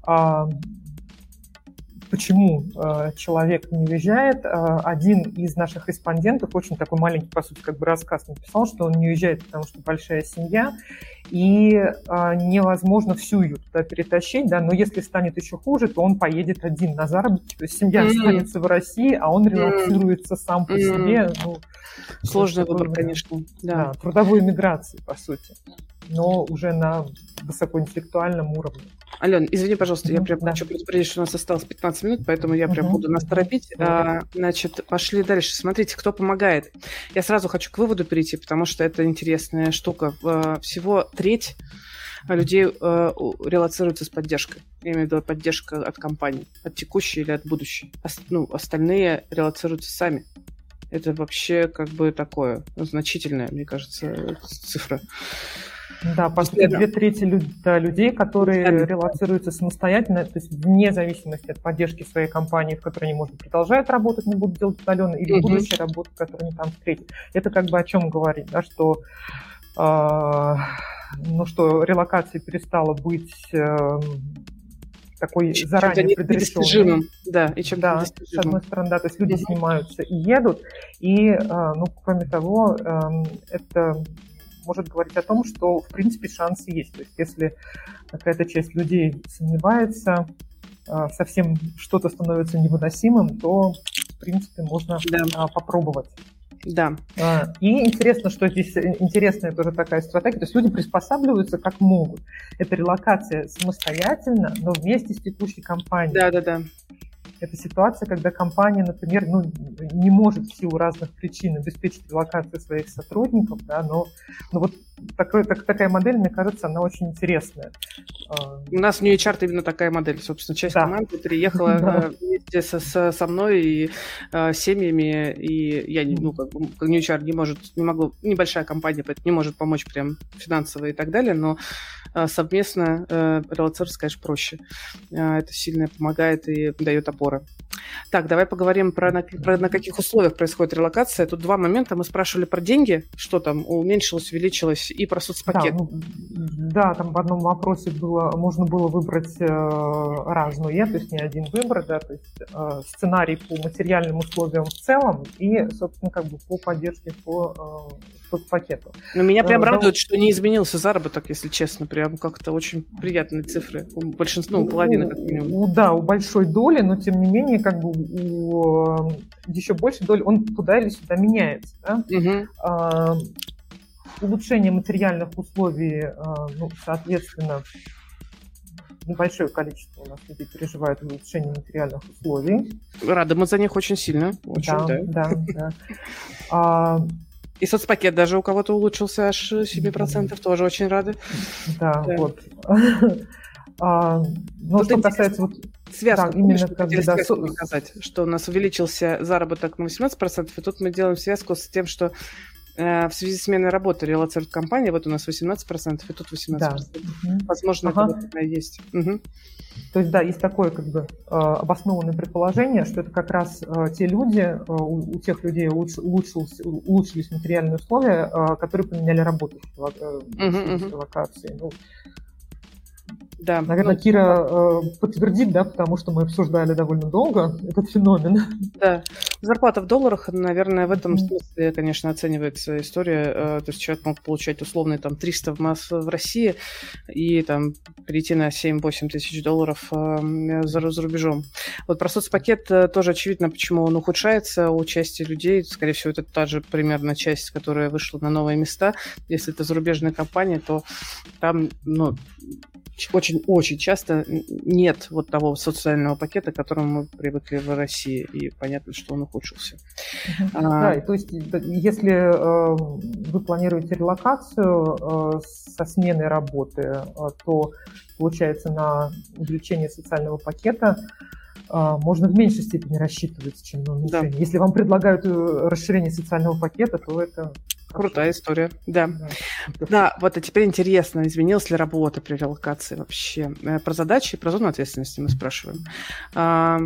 почему э, человек не уезжает. Э, один из наших респондентов, очень такой маленький, по сути, как бы рассказ написал, что он не уезжает, потому что большая семья, и э, невозможно всю ее туда перетащить, да, но если станет еще хуже, то он поедет один на заработки, то есть семья mm-hmm. останется в России, а он релоцируется mm-hmm. сам по себе. Ну, сложный выбор, конечно. Да, да, трудовой миграции, по сути, но уже на высокоинтеллектуальном уровне. Ален, извини, пожалуйста, я прям да. хочу предупредить, что у нас осталось пятнадцать минут, поэтому я прям uh-huh. буду нас торопить. Uh-huh. А, значит, пошли дальше. Смотрите, кто помогает. Я сразу хочу к выводу перейти, потому что это интересная штука. Всего треть людей релоцируются с поддержкой. Я имею в виду поддержка от компании, от текущей или от будущей. Ну, остальные релоцируются сами. Это вообще как бы такое значительное, мне кажется, цифра. Да, по сути, две трети люд, да, людей, которые да. релоцируются самостоятельно, то есть вне зависимости от поддержки своей компании, в которой они, может, продолжают работать, но будут делать удаленно, или mm-hmm. будущей работы, которую они там встретят. Это как бы о чем говорить, да, что, э, ну, что релокация перестала быть э, такой чем заранее предрешенной. Да, и чем да, с одной стороны, да, то есть люди mm-hmm. снимаются и едут, и, э, ну, кроме того, э, это может говорить о том, что, в принципе, шансы есть. То есть если какая-то часть людей сомневается, совсем что-то становится невыносимым, то, в принципе, можно да. попробовать. Да. И интересно, что здесь интересная тоже такая стратегия, то есть люди приспосабливаются как могут. Это релокация самостоятельно, но вместе с текущей компанией. Да, да, да. Это ситуация, когда компания, например, ну, не может в силу разных причин обеспечить релокацию своих сотрудников, да, но, но вот такой, так, такая модель, мне кажется, она очень интересная. У нас в New эйч ар именно такая модель. Собственно, часть да. команды переехала да. вместе со, со, со мной и э, семьями, и я, ну, как бы, New эйч ар не может, не могу, небольшая компания, поэтому не может помочь прям финансово и так далее, но э, совместно э, релоцироваться, конечно, проще. Э, это сильно помогает и дает опоры. Так, давай поговорим про на, про на каких условиях происходит релокация. Тут два момента. Мы спрашивали про деньги, что там уменьшилось, увеличилось, и про соцпакет. Да, да, там в одном вопросе было, можно было выбрать э, разные, то есть не один выбор, да, то есть э, сценарий по материальным условиям в целом и, собственно, как бы по поддержке по э, соцпакету. Но меня прям э, радует, да, что не изменился заработок, если честно, прям как-то очень приятные цифры. У большинства, ну, у половины, как минимум. Да, у большой доли, но тем не менее, как бы у еще большей доли он туда или сюда меняется, да? Угу. Улучшение материальных условий, ну, соответственно, небольшое количество у нас людей переживает улучшение материальных условий. Рады мы за них очень сильно. Очень, да, да, да. да. А, и соцпакет даже у кого-то улучшился аж семь процентов, тоже очень рады. Да, да. Вот. А, но что касается вот связку, да, именно как бы, да, показать, что у нас увеличился заработок на восемнадцать процентов, и тут мы делаем связку с тем, что э, в связи с сменой работы релоцирует компания, вот у нас восемнадцать процентов, и тут восемнадцать процентов. Да. Угу. Возможно, ага. это есть. Угу. То есть, да, есть такое как бы обоснованное предположение, что это как раз те люди, у, у тех людей улуч, улучшились, улучшились материальные условия, которые поменяли работу в угу, локации. Ну, да, наверное, ну, Кира э, подтвердит, да, потому что мы обсуждали довольно долго этот феномен. Да, зарплата в долларах, наверное, в этом mm-hmm. смысле, конечно, оценивается история. Э, то есть человек мог получать условно там триста в, масс в России и там перейти на семь-восемь тысяч долларов э, за, за рубежом. Вот про соцпакет э, тоже очевидно, почему он ухудшается у части людей. Скорее всего, это та же примерно часть, которая вышла на новые места. Если это зарубежная компания, то там, ну, очень-очень часто нет вот того социального пакета, к которому мы привыкли в России, и понятно, что он ухудшился. Да, а, то есть если э, вы планируете релокацию э, со сменой работы, э, то, получается, на увеличение социального пакета э, можно в меньшей степени рассчитывать, чем на уменьшение. Да. Если вам предлагают расширение социального пакета, то это... Крутая история, да. да. Да, вот а теперь интересно, изменилась ли работа при релокации вообще? Про задачи и про зону ответственности мы спрашиваем. А,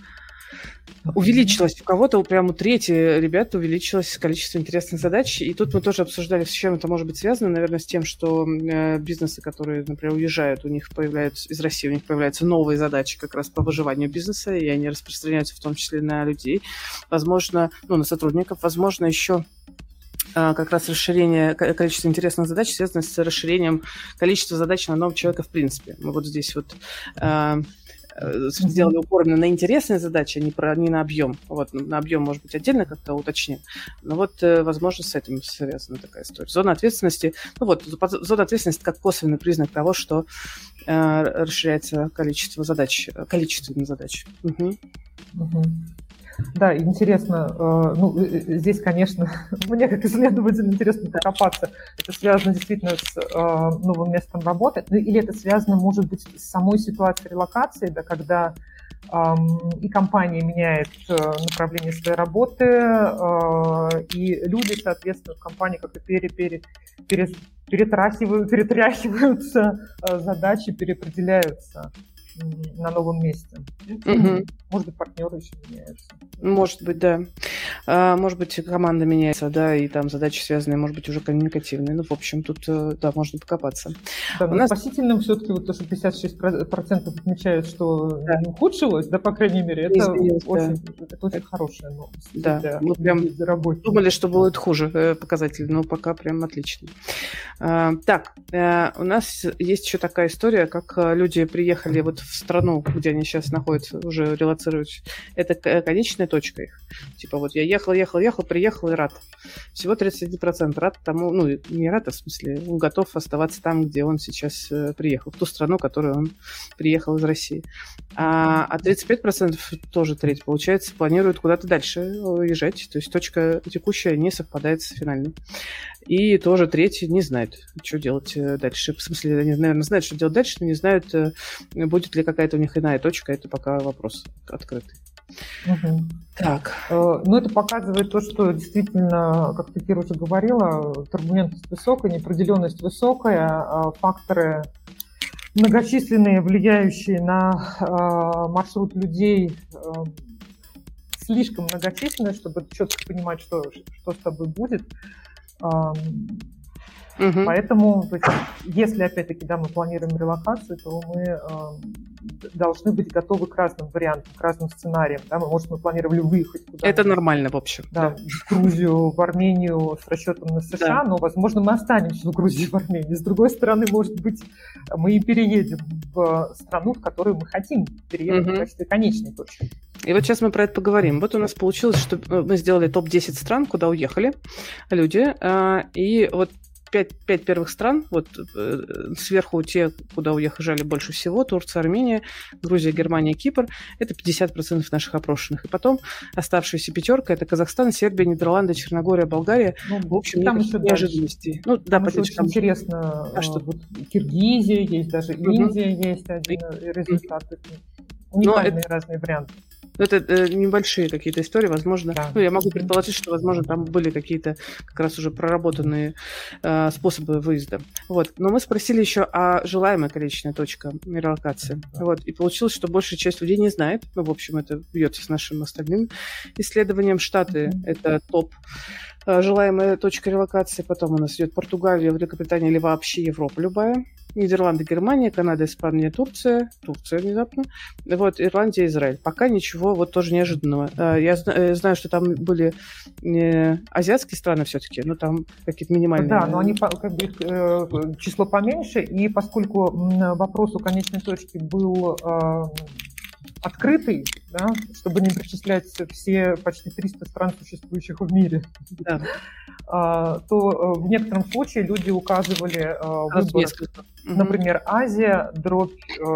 увеличилось у кого-то, прямо у трети ребят увеличилось количество интересных задач, и тут мы тоже обсуждали, с чем это может быть связано, наверное, с тем, что бизнесы, которые, например, уезжают, у них появляются, из России у них появляются новые задачи как раз по выживанию бизнеса, и они распространяются в том числе на людей, возможно, ну, на сотрудников, возможно, еще как раз расширение количества интересных задач связано с расширением количества задач на одного человека в принципе. Мы вот здесь вот э, сделали упор на интересные задачи, а не, про, не на объем. Вот, на объем, может быть, отдельно как-то уточним. Но вот, э, возможно, с этим связана такая история. Зона ответственности, ну вот, зона ответственности как косвенный признак того, что э, расширяется количество задач, количественных задач. Угу. Угу. Да, интересно, ну, здесь, конечно, мне как исследователю интересно докопаться. Это связано действительно с новым местом работы, или это связано, может быть, с самой ситуацией релокации, да, когда и компания меняет направление своей работы, и люди, соответственно, в компании как-то пере, пере, пере, перетряхивают, перетряхиваются задачи, переопределяются на новом месте. Угу. Может быть, партнеры еще меняются. Может быть, да. А, может быть, команда меняется, да, и там задачи связанные, может быть, уже коммуникативные. Ну, в общем, тут, да, можно покопаться. Да, У но нас... спасительным все-таки вот то, что пятьдесят шесть процентов отмечают, что да. не ухудшилось, да, по крайней мере, это Изменилось, очень, да. это очень хорошая новость. Да, для, мы прям для работы. Думали, что будет хуже показатель, но пока прям отлично. А, так, а, у нас есть еще такая история, как люди приехали вот в страну, где они сейчас находятся, уже релоцируются. Это конечная точка их. Типа вот я ехал, ехал, ехал, приехал и рад. Всего тридцать один процент рад тому, ну не рад, а в смысле он готов оставаться там, где он сейчас приехал, в ту страну, в которую он приехал из России. А, а тридцать пять процентов, тоже треть, получается, планируют куда-то дальше уезжать. То есть точка текущая не совпадает с финальной. И тоже треть не знает, что делать дальше. В смысле, они, наверное, знают, что делать дальше, но не знают, будет ли какая-то у них иная точка. Это пока вопрос открытый. Угу. Так. Ну, это показывает то, что действительно, как ты, Кира, уже говорила, турбулентность высокая, неопределенность высокая, факторы многочисленные, влияющие на маршрут людей, слишком многочисленные, чтобы четко понимать, что, что с тобой будет. Угу. Поэтому, то есть, если, опять-таки, да, мы планируем релокацию, то мы э, должны быть готовы к разным вариантам, к разным сценариям. Да? Мы, может, мы планировали выехать куда-то. Это нормально, в общем. Да, да. В Грузию, в Армению с расчетом на США, да. Но, возможно, мы останемся в Грузии, в Армении. С другой стороны, может быть, мы и переедем в страну, в которую мы хотим переехать угу. в качестве конечной точки. И вот сейчас мы про это поговорим. Вот у нас получилось, что мы сделали топ десять стран, куда уехали люди, и вот Пять, пять первых стран, вот э, сверху те, куда уехали больше всего, Турция, Армения, Грузия, Германия, Кипр, это пятьдесят процентов наших опрошенных. И потом оставшаяся пятерка, это Казахстан, Сербия, Нидерланды, Черногория, Болгария. Ну, в общем, там еще неожиданностей. Ну, там да, еще очень там... интересно, а что? Вот Киргизия есть, даже угу. Индия есть один результат. Уникальные Но это... разные варианты. Это э, небольшие какие-то истории, возможно. Да. Ну, я могу предположить, что, возможно, там были какие-то как раз уже проработанные э, способы выезда. Вот. Но мы спросили еще о желаемой конечной точке релокации. Да. Вот. И получилось, что большая часть людей не знает. Ну, в общем, это бьется с нашим остальным исследованием. Штаты mm-hmm. – это топ желаемая точка релокации. Потом у нас идет Португалия, Великобритания или вообще Европа любая. Нидерланды, Германия, Канада, Испания, Турция. Турция внезапно. Вот, Ирландия, Израиль. Пока ничего вот тоже неожиданного. Я знаю, что там были азиатские страны все-таки, но там какие-то минимальные. Да, но они как бы число поменьше, и поскольку вопрос у конечной точки был открытый, да, чтобы не перечислять все почти триста стран, существующих в мире, да. то в некотором случае люди указывали выбор, например, Азия, дробь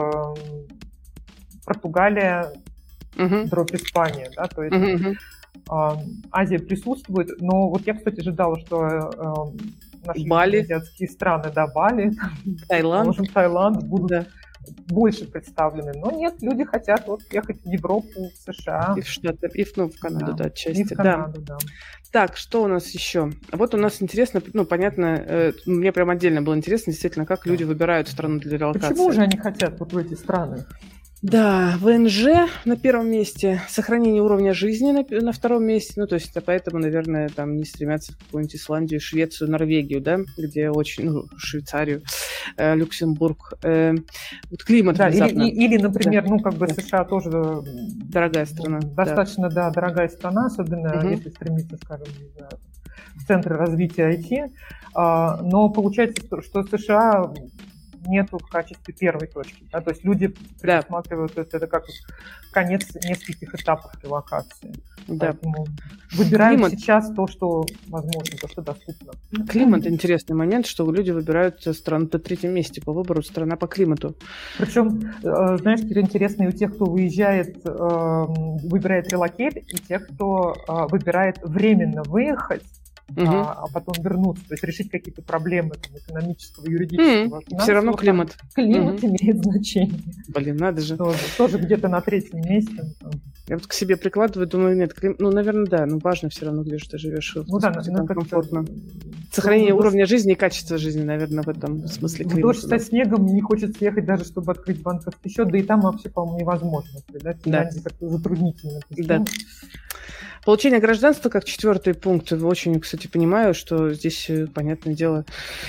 Португалия, угу. дробь Испания. Да, то есть угу. Азия присутствует, но вот я, кстати, ожидала, что наши Бали. азиатские страны, да, Бали, Таиланд, можем, Таиланд будут да. больше представлены. Но нет, люди хотят вот ехать в Европу, в США. И в Штаты, и в, ну, в Канаду, да, да отчасти. И в Канаду, да. да. Так, что у нас еще? Вот у нас интересно, ну, понятно, э, мне прям отдельно было интересно, действительно, как люди выбирают страну для релокации. Почему же они хотят вот в эти страны? Да, ВНЖ на первом месте, сохранение уровня жизни на, на втором месте, ну, то есть, поэтому, наверное, там не стремятся в какую-нибудь Исландию, Швецию, Норвегию, да, где очень, ну, Швейцарию, э, Люксембург, э, вот климат да, внезапно. Или, или, например, да. ну, как бы да. США тоже дорогая страна. Достаточно, да, да дорогая страна, особенно угу. если стремиться, скажем, в центры развития ай ти, а, но получается, что США нету в качестве первой точки. Да? То есть люди предусматривают да. это, это как конец нескольких этапов релокации. Да. Поэтому выбираем Климат. Сейчас то, что возможно, то, что доступно. Климат – интересный момент, что люди выбирают страну на третьем месте по выбору, страна по климату. Причем, знаешь, Кира, интересно и у тех, кто выезжает, выбирает релокейт, и тех, кто выбирает временно выехать, Угу. А, а потом вернуться, то есть решить какие-то проблемы там, экономического, юридического. Mm, все равно климат. Климат угу. имеет значение. Блин, надо же. Тоже, тоже где-то на третьем месте. Я вот к себе прикладываю, думаю, нет, клим... ну, наверное, да, но важно все равно, где же ты живешь. Ну да, ну, комфортно. Сохранение уровня жизни и качества жизни, наверное, в этом смысле. В дождь со снегом не хочется ехать даже, чтобы открыть банковский счет, да и там вообще, по-моему, невозможно. Да, да. как-то затруднительно. Да. Получение гражданства как четвертый пункт. Очень, кстати, понимаю, что здесь, понятное дело,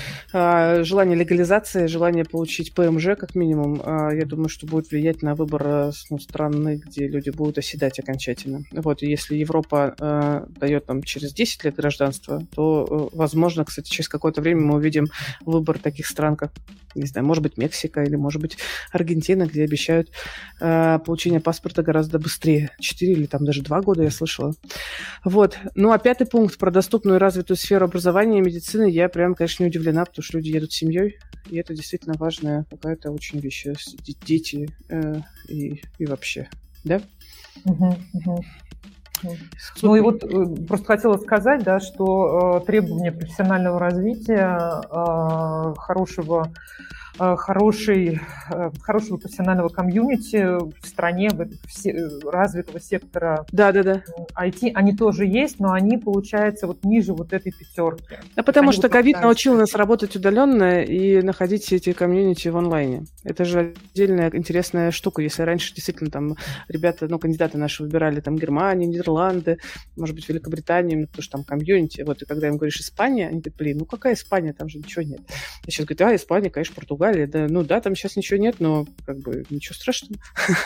желание легализации, желание получить ПМЖ как минимум, я думаю, что будет влиять на выбор, ну, страны, где люди будут оседать окончательно. Вот, и если Европа э, дает нам через десять лет гражданства, то, возможно, кстати, через какое-то время мы увидим выбор таких стран, как, не знаю, может быть, Мексика или, может быть, Аргентина, где обещают э, получение паспорта гораздо быстрее. Четыре или там даже два года, я слышала. Вот. Ну, а пятый пункт про доступную и развитую сферу образования и медицины я прям, конечно, не удивлена, потому что люди едут с семьей, и это действительно важная какая-то очень вещь. Дети э, и, и вообще, да? Угу, угу. Ну и вот просто хотела сказать, да, что э, требования профессионального развития, э, хорошего, э, хорошей, э, хорошего профессионального комьюнити в стране, в, в, развитого сектора да, да, да. ай ти, они тоже есть, но они, получается, вот ниже вот этой пятерки. Да, потому что ковид научил нас работать удаленно и находить все эти комьюнити в онлайне. Это же отдельная интересная штука. Если раньше действительно там ребята, ну, кандидаты наши выбирали там Германию, Нидерланды, может быть, Великобританию, потому что там комьюнити. Вот, и когда им говоришь Испания, они говорят, блин, ну какая Испания, там же ничего нет. А сейчас говорят, а, Испания, конечно, Португалия. Да, ну да, там сейчас ничего нет, но как бы ничего страшного.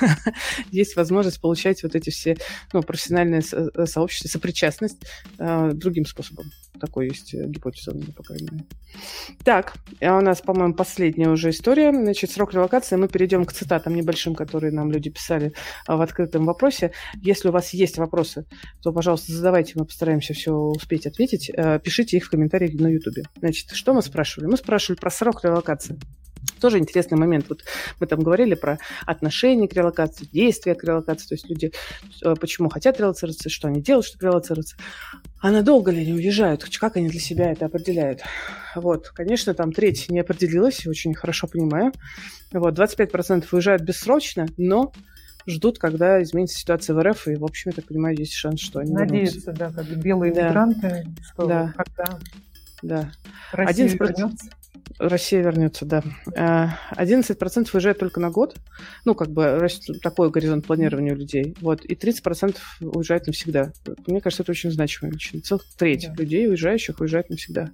Есть возможность получать вот эти все, ну, профессиональные сообщества, сопричастность э, другим способом. Такой есть гипотеза, по крайней мере. Так, а у нас, по-моему, последняя уже история. Значит, срок релокации. Мы перейдем к цитатам небольшим, которые нам люди писали в открытом вопросе. Если у вас есть вопросы, то, пожалуйста, задавайте, мы постараемся все успеть ответить. Пишите их в комментариях на YouTube. Значит, что мы спрашивали? Мы спрашивали про срок релокации. Тоже интересный момент. Вот мы там говорили про отношение к релокации, действия к релокации. То есть люди почему хотят релоцироваться, что они делают, чтобы релоцироваться. А надолго ли они уезжают? Как они для себя это определяют? Вот, конечно, там треть не определилась, очень хорошо понимаю. Вот, двадцать пять процентов уезжают бессрочно, но ждут, когда изменится ситуация в РФ, и, в общем, я так понимаю, есть шанс, что они надеются, да, как белые да. мигранты, что да. когда да. Россия одиннадцать процентов вернется. Россия вернется, да. одиннадцать процентов уезжает только на год. Ну, как бы такой горизонт планирования у людей. Вот. И тридцать процентов уезжает навсегда. Мне кажется, это очень значимая величина. Целых треть да. людей, уезжающих, уезжает навсегда.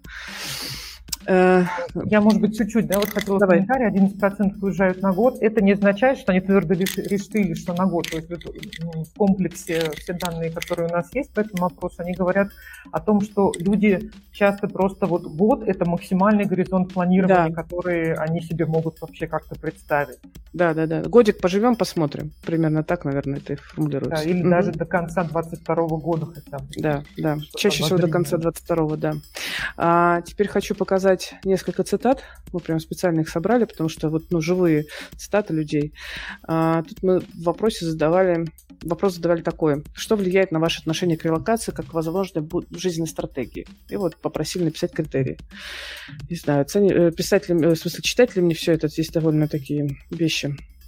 Я, может быть, чуть-чуть, да, вот хотела Давай. комментарий. одиннадцать процентов уезжают на год. Это не означает, что они твердо решили, что на год. То есть в комплексе все данные, которые у нас есть по этому вопросу, они говорят о том, что люди часто просто вот год – это максимальный горизонт планирования, да. который они себе могут вообще как-то представить. Да, да, да. Годик поживем, посмотрим. Примерно так, наверное, это и формулируется. Да, или mm-hmm. даже до конца двадцать второго года хотя бы. Да, да. Чаще всего до конца двадцать второго, да. А, теперь хочу показать несколько цитат. Мы прям специально их собрали, потому что вот, ну, живые цитаты людей. А, тут мы в вопросе задавали, вопрос задавали такой. Что влияет на ваше отношение к релокации как к возможной жизненной стратегии? И вот попросили написать критерии. Не знаю, цени, писать ли, в смысле, читать ли мне все это? Здесь довольно такие вещи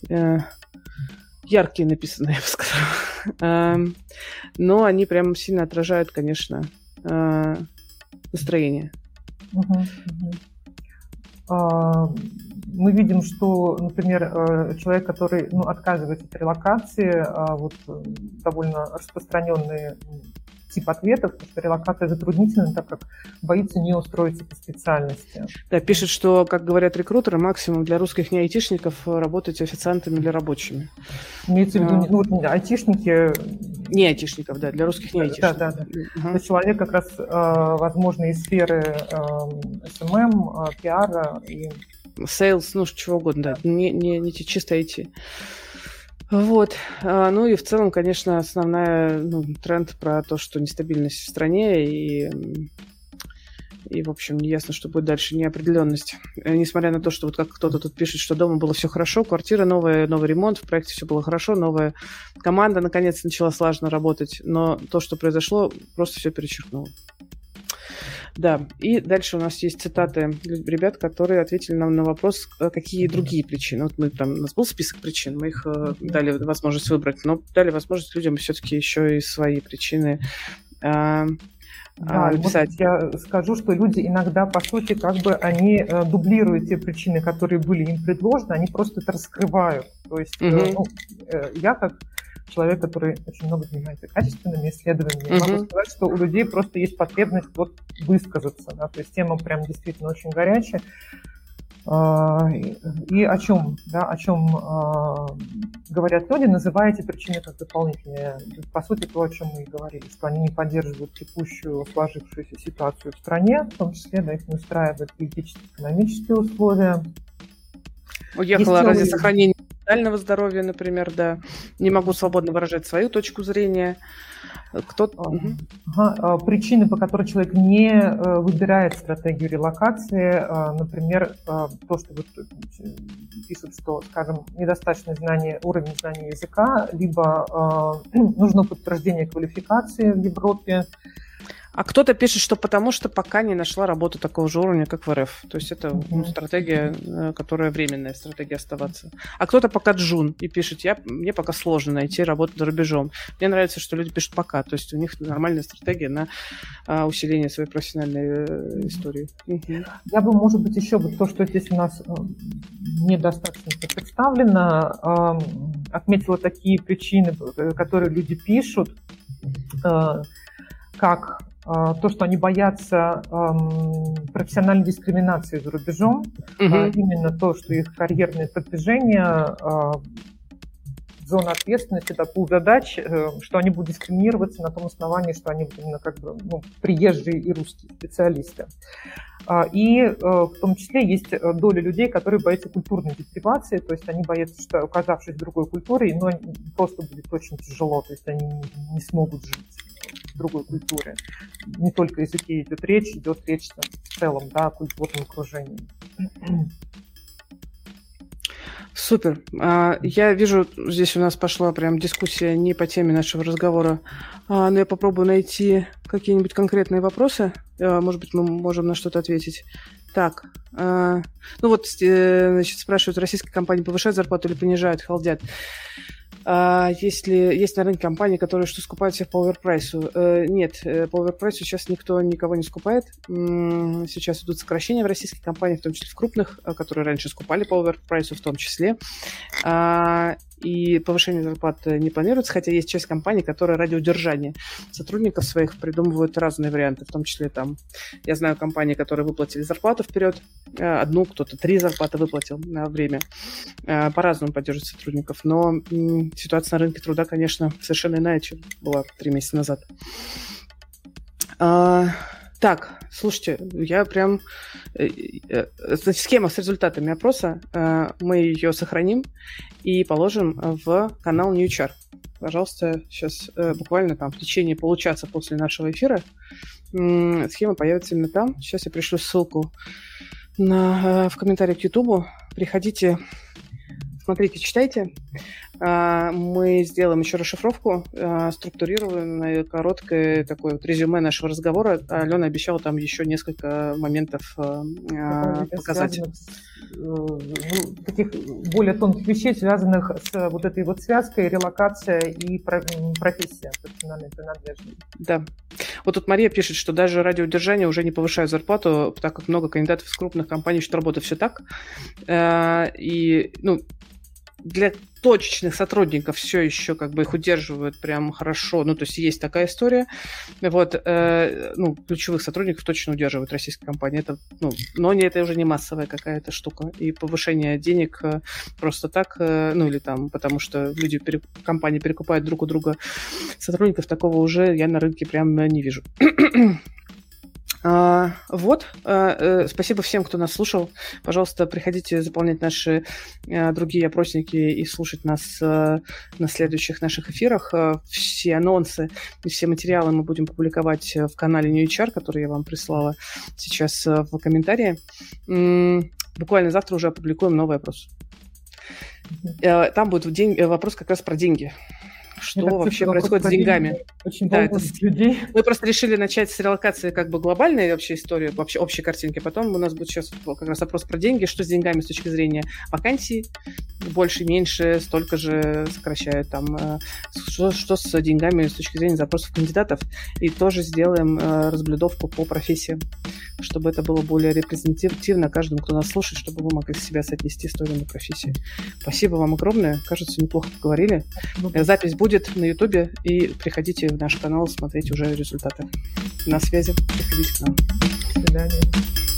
яркие написаны, я бы сказала. Но они прям сильно отражают, конечно, настроение. Угу, угу. А, мы видим, что, например, человек, который ну, отказывается от релокации, а, вот, довольно распространенный тип ответов, потому что релокация затруднительна, так как боится не устроиться по специальности. Да, пишет, что, как говорят рекрутеры, максимум для русских не айтишников работать официантами или рабочими. Имеется в виду, а... ну, вот, айтишники... Не айтишников, да, для русских не айтишников. Да, да, да. Uh-huh. То человек как раз, возможно, из сферы эс эм эм, пиара и... Сейлс, ну, чего угодно, да, да. Не, не, не чисто ай ти. Вот. Ну и в целом, конечно, основная ну, тренд про то, что нестабильность в стране и, и, в общем, неясно, что будет дальше, неопределенность. Несмотря на то, что вот как кто-то тут пишет, что дома было все хорошо, квартира новая, новый ремонт, в проекте все было хорошо, новая команда наконец начала слаженно работать, но то, что произошло, просто все перечеркнуло. Да, и дальше у нас есть цитаты ребят, которые ответили нам на вопрос, какие другие причины. Вот мы там, у нас был список причин, мы их mm-hmm. дали возможность выбрать, но дали возможность людям все-таки еще и свои причины а, Да, писать. Я скажу, что люди иногда, по сути, как бы они дублируют те причины, которые были им предложены, они просто это раскрывают. То есть угу. ну, я как человек, который очень много занимается качественными исследованиями, угу. могу сказать, что у людей просто есть потребность вот высказаться. Да? То есть тема прям действительно очень горячая. И о чем, да, о чем говорят люди, называя эти причины как дополнительные. По сути, то, о чем мы и говорили, что они не поддерживают текущую сложившуюся ситуацию в стране, в том числе, да, их не устраивают политические, экономические условия. Уехала ради теории... сохранения ментального здоровья, например, да. Не могу свободно выражать свою точку зрения. Кто-то... Ага. Причины, по которым человек не выбирает стратегию релокации, например, то, что вот пишут, что, скажем, недостаточное знание, уровень знания языка, либо нужно подтверждение квалификации в Европе. А кто-то пишет, что потому что пока не нашла работу такого же уровня, как в РФ. То есть это ну, стратегия, которая временная, стратегия оставаться. А кто-то пока джун и пишет, я, мне пока сложно найти работу за рубежом. Мне нравится, что люди пишут пока. То есть у них нормальная стратегия на а, усиление своей профессиональной э, истории. Угу. Я бы, может быть, еще вот то, что здесь у нас недостаточно представлено, э, отметила такие причины, которые люди пишут, э, как то, что они боятся эм, профессиональной дискриминации за рубежом, угу. а именно то, что их карьерные продвижения, э, зона ответственности, да, пул задач, э, что они будут дискриминироваться на том основании, что они именно как бы ну, приезжие и русские специалисты. И э, в том числе есть доля людей, которые боятся культурной депривации, то есть они боятся, что, оказавшись в другой культуре, ну, просто будет очень тяжело, то есть они не смогут жить в другой культуре. Не только языке идет речь, идет речь там, в целом, да, о культурном окружении. Супер. Я вижу, здесь у нас пошла прям дискуссия не по теме нашего разговора, но я попробую найти какие-нибудь конкретные вопросы. Может быть, мы можем на что-то ответить. Так, ну вот, значит, спрашивают, российские компании повышают зарплату или понижают, халдят. Если есть на рынке компании, которые что скупают всех по оверпрайсу? Нет, по оверпрайсу сейчас никто никого не скупает. Сейчас идут сокращения в российских компаниях, в том числе в крупных, которые раньше скупали по оверпрайсу в том числе. И повышение зарплат не планируется, хотя есть часть компаний, которые ради удержания сотрудников своих придумывают разные варианты, в том числе там, я знаю компании, которые выплатили зарплату вперед, одну, кто-то три зарплаты выплатил на время, по-разному поддерживают сотрудников, но ситуация на рынке труда, конечно, совершенно иная, чем была три месяца назад. Так, слушайте, я прям... Значит, схема с результатами опроса, мы ее сохраним и положим в канал NewChar. Пожалуйста, сейчас буквально там в течение получаса после нашего эфира схема появится именно там. Сейчас я пришлю ссылку на, в комментариях к YouTube. Приходите, смотрите, читайте. Мы сделаем еще расшифровку, структурированное, короткое такое вот резюме нашего разговора. Алена обещала там еще несколько моментов показать. Ну, таких более тонких вещей, связанных с вот этой вот связкой, релокация и профессия, профессиональная принадлежность. Да. Вот тут Мария пишет, что даже ради удержания уже не повышают зарплату, так как много кандидатов из крупных компаний, что работа все так. И, ну, для точечных сотрудников все еще как бы их удерживают прям хорошо. Ну, то есть есть такая история. Вот, э, ну, ключевых сотрудников точно удерживают российские компании. Это, ну, но не, это уже не массовая какая-то штука. И повышение денег просто так, э, ну, или там, потому что люди, пере, компании перекупают друг у друга сотрудников, такого уже я на рынке прям не вижу. Uh, вот, uh, uh, спасибо всем, кто нас слушал. Пожалуйста, приходите заполнять наши uh, другие опросники и слушать нас uh, на следующих наших эфирах. Uh, все анонсы и все материалы мы будем публиковать в канале NewChar, который я вам прислала сейчас uh, в комментарии. Um, буквально завтра уже опубликуем новый опрос. Uh, там будет день, вопрос как раз про деньги. что Это вообще происходит с деньгами. Очень да, это... людей. Мы просто решили начать с релокации как бы глобальной вообще истории, вообще общей картинки. Потом у нас будет сейчас как раз вопрос про деньги, что с деньгами с точки зрения вакансий. Больше, меньше, столько же сокращают там. Что, что с деньгами с точки зрения запросов кандидатов. И тоже сделаем разблюдовку по профессиям, чтобы это было более репрезентативно каждому, кто нас слушает, чтобы вы могли себя соотнести с той или иной профессией. Спасибо вам огромное. Кажется, неплохо поговорили. Запись будет на Ютубе, и приходите в наш канал смотреть уже результаты. На связи. Приходите к нам. До свидания.